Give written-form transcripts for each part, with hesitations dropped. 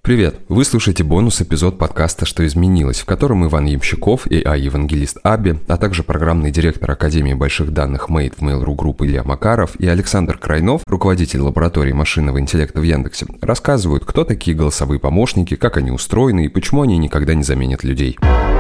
Привет! Вы слушаете бонус-эпизод подкаста «Что изменилось», в котором Иван Ямщиков, AI-евангелист Абби, а также программный директор Академии больших данных Made в Mail.ru Group Илья Макаров и Александр Крайнов, руководитель лаборатории машинного интеллекта в Яндексе, рассказывают, кто такие голосовые помощники, как они устроены и почему они никогда не заменят людей.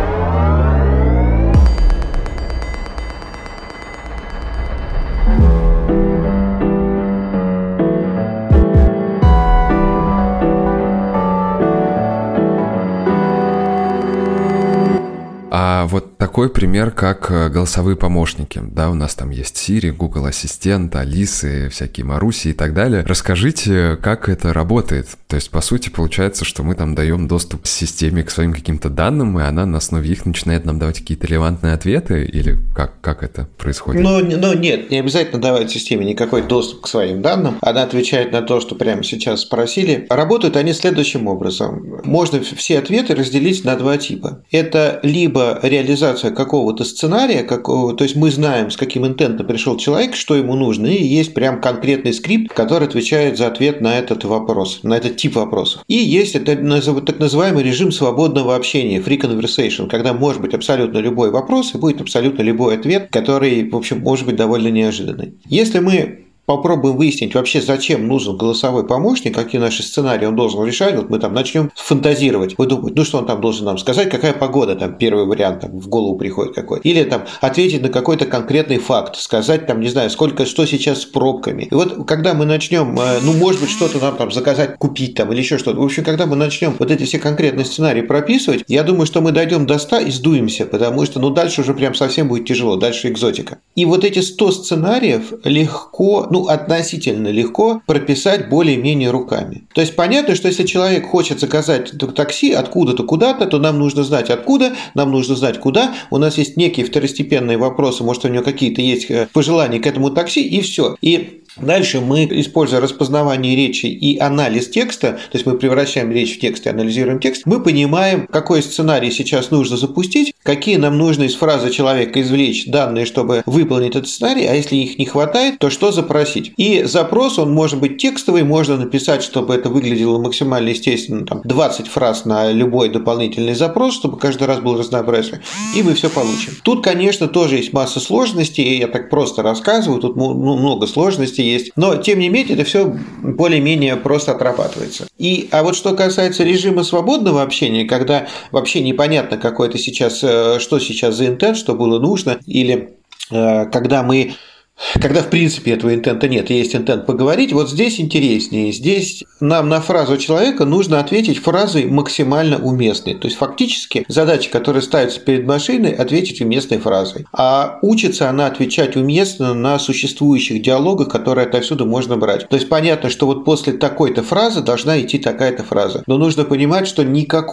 Вот такой пример, как голосовые помощники. Да, у нас там есть Siri, Google Ассистент, Алисы, всякие Маруси и так далее. Расскажите, как это работает. То есть, по сути, получается, что мы там даем доступ к системе, к своим каким-то данным, и она на основе их начинает нам давать какие-то релевантные ответы? Или как это происходит? Нет, не обязательно давать системе никакой доступ к своим данным. Она отвечает на то, что прямо сейчас спросили. Работают они следующим образом. Можно все ответы разделить на два типа. Это либо реализация какого-то сценария, то есть мы знаем, с каким интентом пришел человек, что ему нужно, и есть прям конкретный скрипт, который отвечает за ответ на этот вопрос, на этот тип вопросов. И есть так называемый режим свободного общения, free conversation, когда может быть абсолютно любой вопрос и будет абсолютно любой ответ, который, в общем, может быть довольно неожиданный. Если мы попробуем выяснить вообще, зачем нужен голосовой помощник, какие наши сценарии он должен решать. Вот мы там начнем фантазировать. Вы думаете, что он там должен нам сказать, какая погода, там первый вариант там, в голову приходит какой. Или там ответить на какой-то конкретный факт, сказать там, не знаю, что сейчас с пробками. И вот когда мы начнем, может быть, что-то нам там заказать, купить там или еще что-то. В общем, когда мы начнем вот эти все конкретные сценарии прописывать, я думаю, что мы дойдем до 100 и сдуемся, потому что дальше уже прям совсем будет тяжело, дальше экзотика. И вот эти 100 сценариев легко, относительно легко прописать более-менее руками. То есть понятно, что если человек хочет заказать такси откуда-то куда-то, то нам нужно знать откуда, нам нужно знать куда. У нас есть некие второстепенные вопросы, может, у него какие-то есть пожелания к этому такси, и все. И дальше мы, используя распознавание речи и анализ текста, то есть мы превращаем речь в текст и анализируем текст, мы понимаем, какой сценарий сейчас нужно запустить, какие нам нужно из фразы человека извлечь данные, чтобы выполнить этот сценарий, а если их не хватает, то что запросить. И запрос, он может быть текстовый, можно написать, чтобы это выглядело максимально естественно, 20 фраз на любой дополнительный запрос, чтобы каждый раз был разнообразие, и мы все получим. Тут, конечно, тоже есть масса сложностей, я так просто рассказываю, тут много сложностей есть, но, тем не менее, это все более-менее просто отрабатывается. А вот что касается режима свободного общения, когда вообще непонятно, что сейчас за интент, что было нужно, или когда, в принципе, этого интента нет, и есть интент поговорить, вот здесь интереснее. Здесь нам на фразу человека нужно ответить фразой максимально уместной. То есть, фактически, задача, которая ставится перед машиной, ответить уместной фразой. А учится она отвечать уместно на существующих диалогах, которые отовсюду можно брать. То есть, понятно, что вот после такой-то фразы должна идти такая-то фраза. Но нужно понимать, что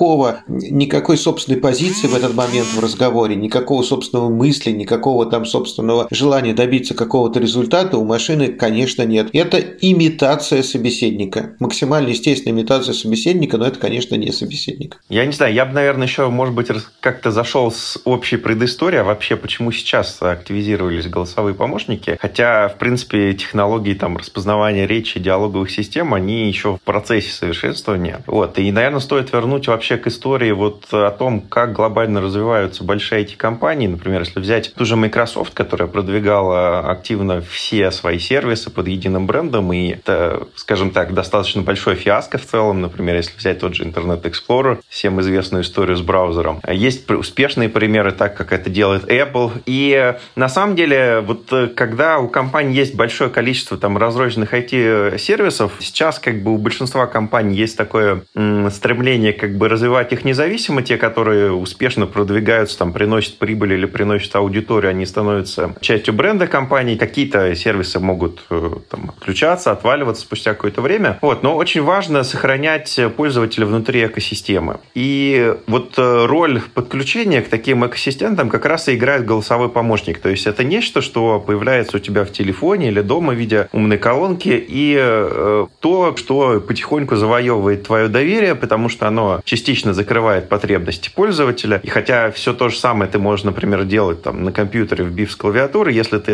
никакой собственной позиции в этот момент в разговоре, никакого собственного мысли, никакого там собственного желания добиться какого-то результата у машины, конечно, нет. Это имитация собеседника. Максимально естественная имитация собеседника, но это, конечно, не собеседник. Я не знаю, я бы, наверное, еще, может быть, как-то зашел с общей предыстории, а вообще, почему сейчас активизировались голосовые помощники. Хотя, в принципе, технологии распознавания речи, диалоговых систем, они еще в процессе совершенствования. И, наверное, стоит вернуть вообще к истории о том, как глобально развиваются большие IT-компании. Например, если взять ту же Microsoft, которая продвигала активно все свои сервисы под единым брендом, и это, скажем так, достаточно большое фиаско в целом. Например, если взять тот же Internet Explorer, всем известную историю с браузером. Есть успешные примеры, так как это делает Apple. И на самом деле, когда у компаний есть большое количество разрозненных IT-сервисов, сейчас у большинства компаний есть такое стремление развивать их независимо. Те, которые успешно продвигаются, приносят прибыль или приносят аудиторию, они становятся частью бренда компании. Какие-то сервисы могут отключаться, отваливаться спустя какое-то время. Но очень важно сохранять пользователя внутри экосистемы. И роль подключения к таким экосистемам как раз и играет голосовой помощник. То есть это нечто, что появляется у тебя в телефоне или дома в виде умной колонки, и то, что потихоньку завоевывает твое доверие, потому что оно частично закрывает потребности пользователя. И хотя все то же самое ты можешь, например, делать на компьютере, вбив с клавиатуры, если ты это делаешь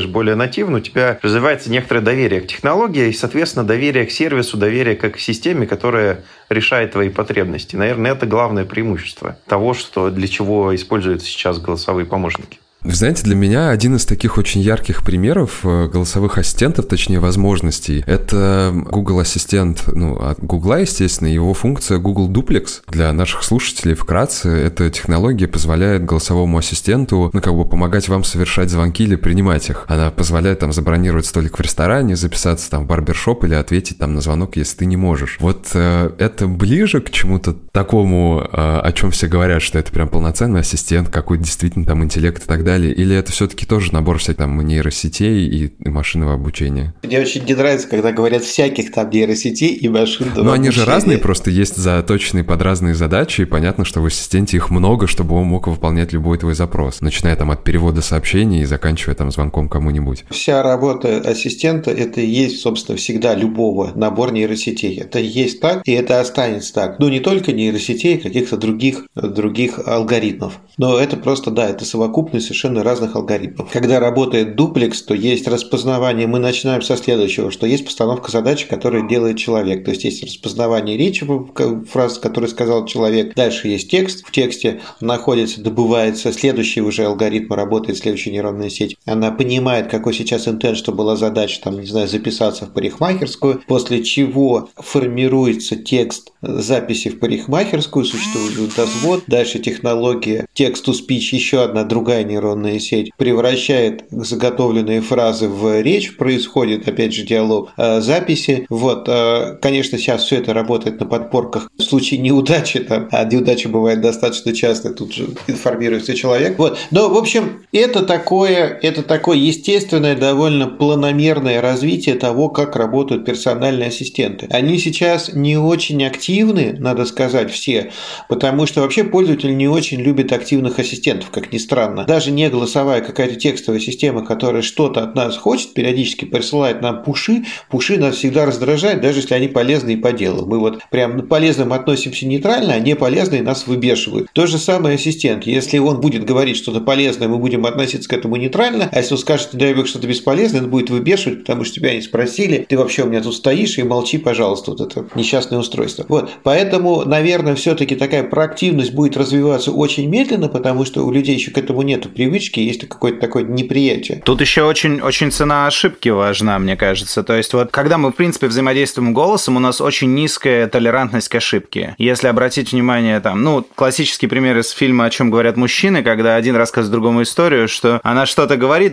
делаешь более нативно, у тебя развивается некоторое доверие к технологии и, соответственно, доверие к сервису, доверие к экосистеме, которая решает твои потребности. Наверное, это главное преимущество того, что для чего используются сейчас голосовые помощники. Вы знаете, для меня один из таких очень ярких примеров голосовых ассистентов, точнее возможностей, это Google Ассистент, от Google, естественно, его функция Google Duplex. Для наших слушателей вкратце, эта технология позволяет голосовому ассистенту, помогать вам совершать звонки или принимать их. Она позволяет забронировать столик в ресторане, записаться в барбершоп или ответить на звонок, если ты не можешь. Вот это ближе к чему-то такому, о чем все говорят, что это прям полноценный ассистент, какой-то действительно интеллект и так далее. Или это все-таки тоже набор всяких нейросетей и машинного обучения? Мне очень не нравится, когда говорят всяких нейросетей и машинного обучения. Но они же разные, просто есть заточенные под разные задачи, и понятно, что в ассистенте их много, чтобы он мог выполнять любой твой запрос, начиная от перевода сообщений и заканчивая звонком кому-нибудь. Вся работа ассистента – это и есть, собственно, всегда любого набор нейросетей. Это и есть так, и это останется так. Не только нейросетей, каких-то других алгоритмов. Но это просто, это совокупность совершенно разных алгоритмов. Когда работает дуплекс, то есть распознавание, мы начинаем со следующего, что есть постановка задачи, которую делает человек. То есть распознавание речи, фраз, которую сказал человек. Дальше есть текст. В тексте добывается следующий уже алгоритм, работает следующая нейронная сеть. Она понимает, какой сейчас интент, что была задача, записаться в парикмахерскую, после чего формируется текст записи в парикмахерскую, существует дозвод. Дальше технология text-to-speech, еще одна другая нейронная сеть, превращает заготовленные фразы в речь, происходит, опять же, диалог, записи. Конечно, сейчас все это работает на подпорках. В случае неудачи, а неудача бывает достаточно часто, тут же информируется человек. Но, в общем, это такое естественное, довольно планомерное развитие того, как работают персональные ассистенты. Они сейчас не очень активны, надо сказать, все, потому что вообще пользователь не очень любит активных ассистентов, как ни странно. Даже не голосовая какая-то текстовая система, которая что-то от нас хочет, периодически присылает нам пуши нас всегда раздражают, даже если они полезны и по делу. Мы прям к полезным относимся нейтрально, а неполезные нас выбешивают. То же самое ассистент. Если он будет говорить что-то полезное, мы будем относиться к этому нейтрально, а если он скажет, не дай бог, что-то бесполезное, он будет выбешивать, потому что тебя не спросили, ты вообще у меня тут стоишь и молчи, пожалуйста, это несчастное устройство. Поэтому, наверное, все-таки такая проактивность будет развиваться очень медленно, потому что у людей еще к этому нет привычки, есть какое-то такое неприятие. Тут еще очень, очень цена ошибки важна, мне кажется. То есть когда мы, в принципе, взаимодействуем голосом, у нас очень низкая толерантность к ошибке. Если обратить внимание, классический пример из фильма «О чем говорят мужчины», когда один рассказывает другому историю, что она что-то говорит,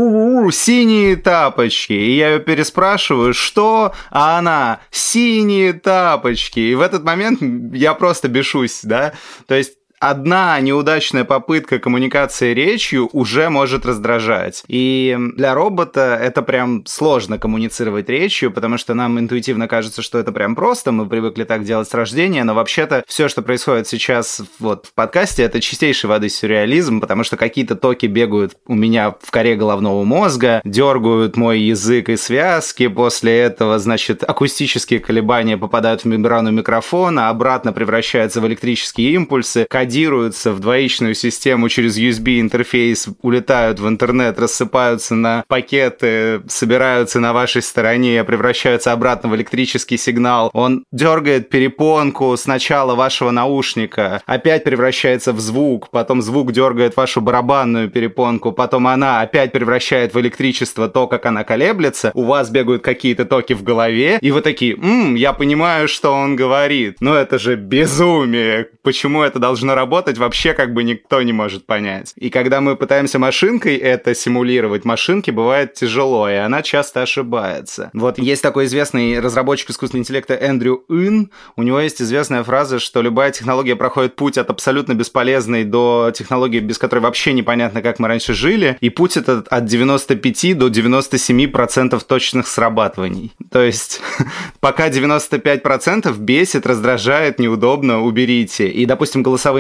синие тапочки, и я ее переспрашиваю, что? А она, синие тапочки. И в этот момент я просто бешусь, да? То есть одна неудачная попытка коммуникации речью уже может раздражать. И для робота это прям сложно коммуницировать речью, потому что нам интуитивно кажется, что это прям просто, мы привыкли так делать с рождения, но вообще-то все, что происходит сейчас в подкасте, это чистейшей воды сюрреализм, потому что какие-то токи бегают у меня в коре головного мозга, дергают мой язык и связки, после этого, акустические колебания попадают в мембрану микрофона, обратно превращаются в электрические импульсы, кодируются в двоичную систему через USB-интерфейс, улетают в интернет, рассыпаются на пакеты, собираются на вашей стороне, превращаются обратно в электрический сигнал. Он дергает перепонку сначала вашего наушника, опять превращается в звук, потом звук дергает вашу барабанную перепонку, потом она опять превращает в электричество то, как она колеблется, у вас бегают какие-то токи в голове, и вы такие, я понимаю, что он говорит. Но это же безумие. Почему это должно работать, вообще никто не может понять. И когда мы пытаемся машинкой это симулировать, машинке бывает тяжело, и она часто ошибается. Есть такой известный разработчик искусственного интеллекта Эндрю Ин, у него есть известная фраза, что любая технология проходит путь от абсолютно бесполезной до технологии, без которой вообще непонятно, как мы раньше жили, и путь этот от 95 до 97% точных срабатываний. То есть, пока 95% бесит, раздражает, неудобно, уберите. И, допустим, голосовые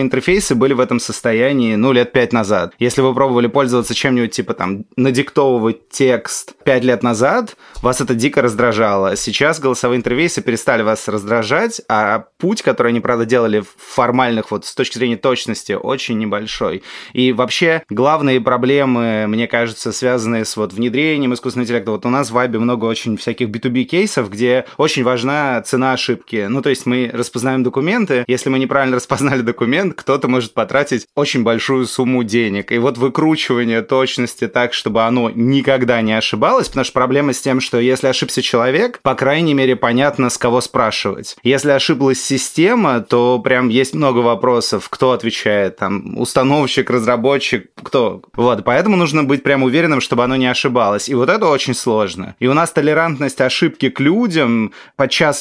интерфейсы были в этом состоянии, лет 5 назад. Если вы пробовали пользоваться чем-нибудь типа надиктовывать текст 5 лет назад, вас это дико раздражало. Сейчас голосовые интерфейсы перестали вас раздражать, а путь, который они, правда, делали в формальных, с точки зрения точности, очень небольшой. И вообще главные проблемы, мне кажется, связанные с внедрением искусственного интеллекта. У нас в Вайбе много очень всяких B2B кейсов, где очень важна цена ошибки. То есть мы распознаем документы. Если мы неправильно распознали документ, кто-то может потратить очень большую сумму денег. И выкручивание точности так, чтобы оно никогда не ошибалось, потому что проблема с тем, что если ошибся человек, по крайней мере, понятно, с кого спрашивать. Если ошиблась система, то прям есть много вопросов, кто отвечает, установщик, разработчик, кто. Поэтому нужно быть прям уверенным, чтобы оно не ошибалось. И это очень сложно. И у нас толерантность ошибки к людям подчас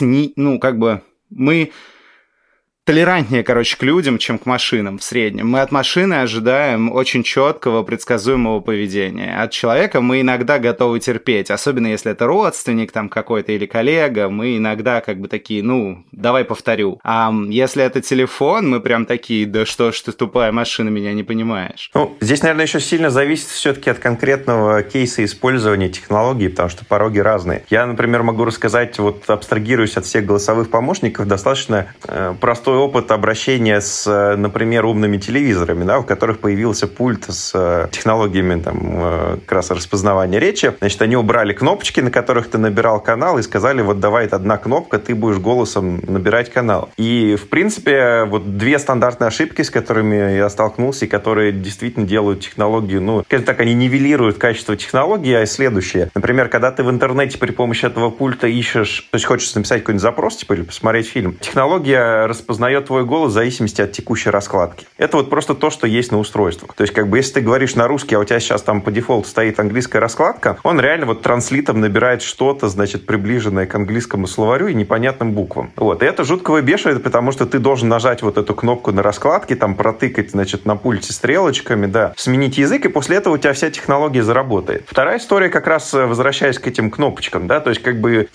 мы толерантнее, к людям, чем к машинам в среднем. Мы от машины ожидаем очень четкого, предсказуемого поведения. От человека мы иногда готовы терпеть, особенно если это родственник какой-то или коллега, мы иногда такие, давай повторю. А если это телефон, мы прям такие, да что ж ты тупая машина, меня не понимаешь. Здесь, наверное, еще сильно зависит все-таки от конкретного кейса использования технологий, потому что пороги разные. Я, например, могу рассказать, абстрагируясь от всех голосовых помощников, достаточно простой опыт обращения с, например, умными телевизорами, в которых появился пульт с технологиями как раз распознавания речи. Значит, они убрали кнопочки, на которых ты набирал канал, и сказали, давай, одна кнопка, ты будешь голосом набирать канал. И, в принципе, две стандартные ошибки, с которыми я столкнулся, и которые действительно делают технологию, скажем так, они нивелируют качество технологии, а следующее. Например, когда ты в интернете при помощи этого пульта ищешь, то есть хочешь написать какой-нибудь запрос, или посмотреть фильм, технология распознает твой голос в зависимости от текущей раскладки. Это просто то, что есть на устройствах. То есть, если ты говоришь на русский, а у тебя сейчас по дефолту стоит английская раскладка, он реально транслитом набирает что-то, приближенное к английскому словарю и непонятным буквам. И это жутко выбешивает, потому что ты должен нажать эту кнопку на раскладке, протыкать, на пульте стрелочками, сменить язык, и после этого у тебя вся технология заработает. Вторая история, как раз возвращаясь к этим кнопочкам, то есть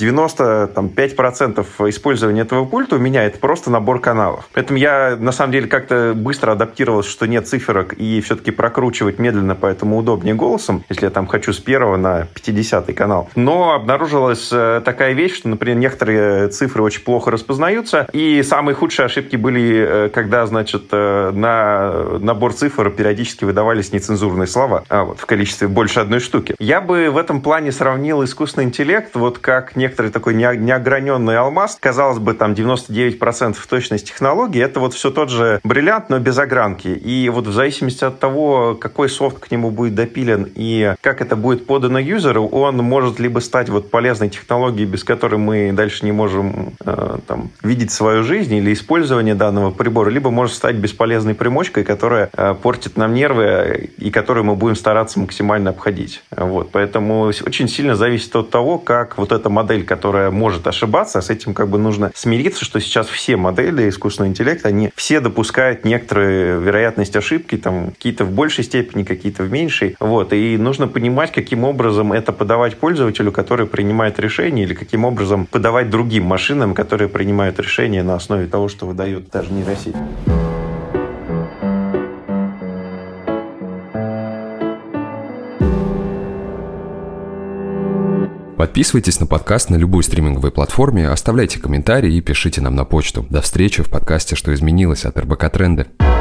95% использования этого пульта у меня это просто набор каналов. Поэтому я, на самом деле, как-то быстро адаптировался, что нет циферок, и все-таки прокручивать медленно, поэтому удобнее голосом, если я хочу с 1 на 50 канал. Но обнаружилась такая вещь, что, например, некоторые цифры очень плохо распознаются, и самые худшие ошибки были, когда, на набор цифр периодически выдавались нецензурные слова, в количестве больше одной штуки. Я бы в этом плане сравнил искусственный интеллект, как некоторый такой неограненный алмаз. Казалось бы, 99% точности технологии, это все тот же бриллиант, но без огранки. И в зависимости от того, какой софт к нему будет допилен и как это будет подано юзеру, он может либо стать полезной технологией, без которой мы дальше не можем видеть свою жизнь или использование данного прибора, либо может стать бесполезной примочкой, которая портит нам нервы и которую мы будем стараться максимально обходить. Поэтому очень сильно зависит от того, как эта модель, которая может ошибаться, с этим нужно смириться, что сейчас все модели искусственного интеллекта, они все допускают некоторую вероятность ошибки, какие-то в большей степени, какие-то в меньшей. И нужно понимать, каким образом это подавать пользователю, который принимает решение, или каким образом подавать другим машинам, которые принимают решения на основе того, что выдает даже нейросеть. Подписывайтесь на подкаст на любой стриминговой платформе, оставляйте комментарии и пишите нам на почту. До встречи в подкасте «Что изменилось» от РБК Тренды.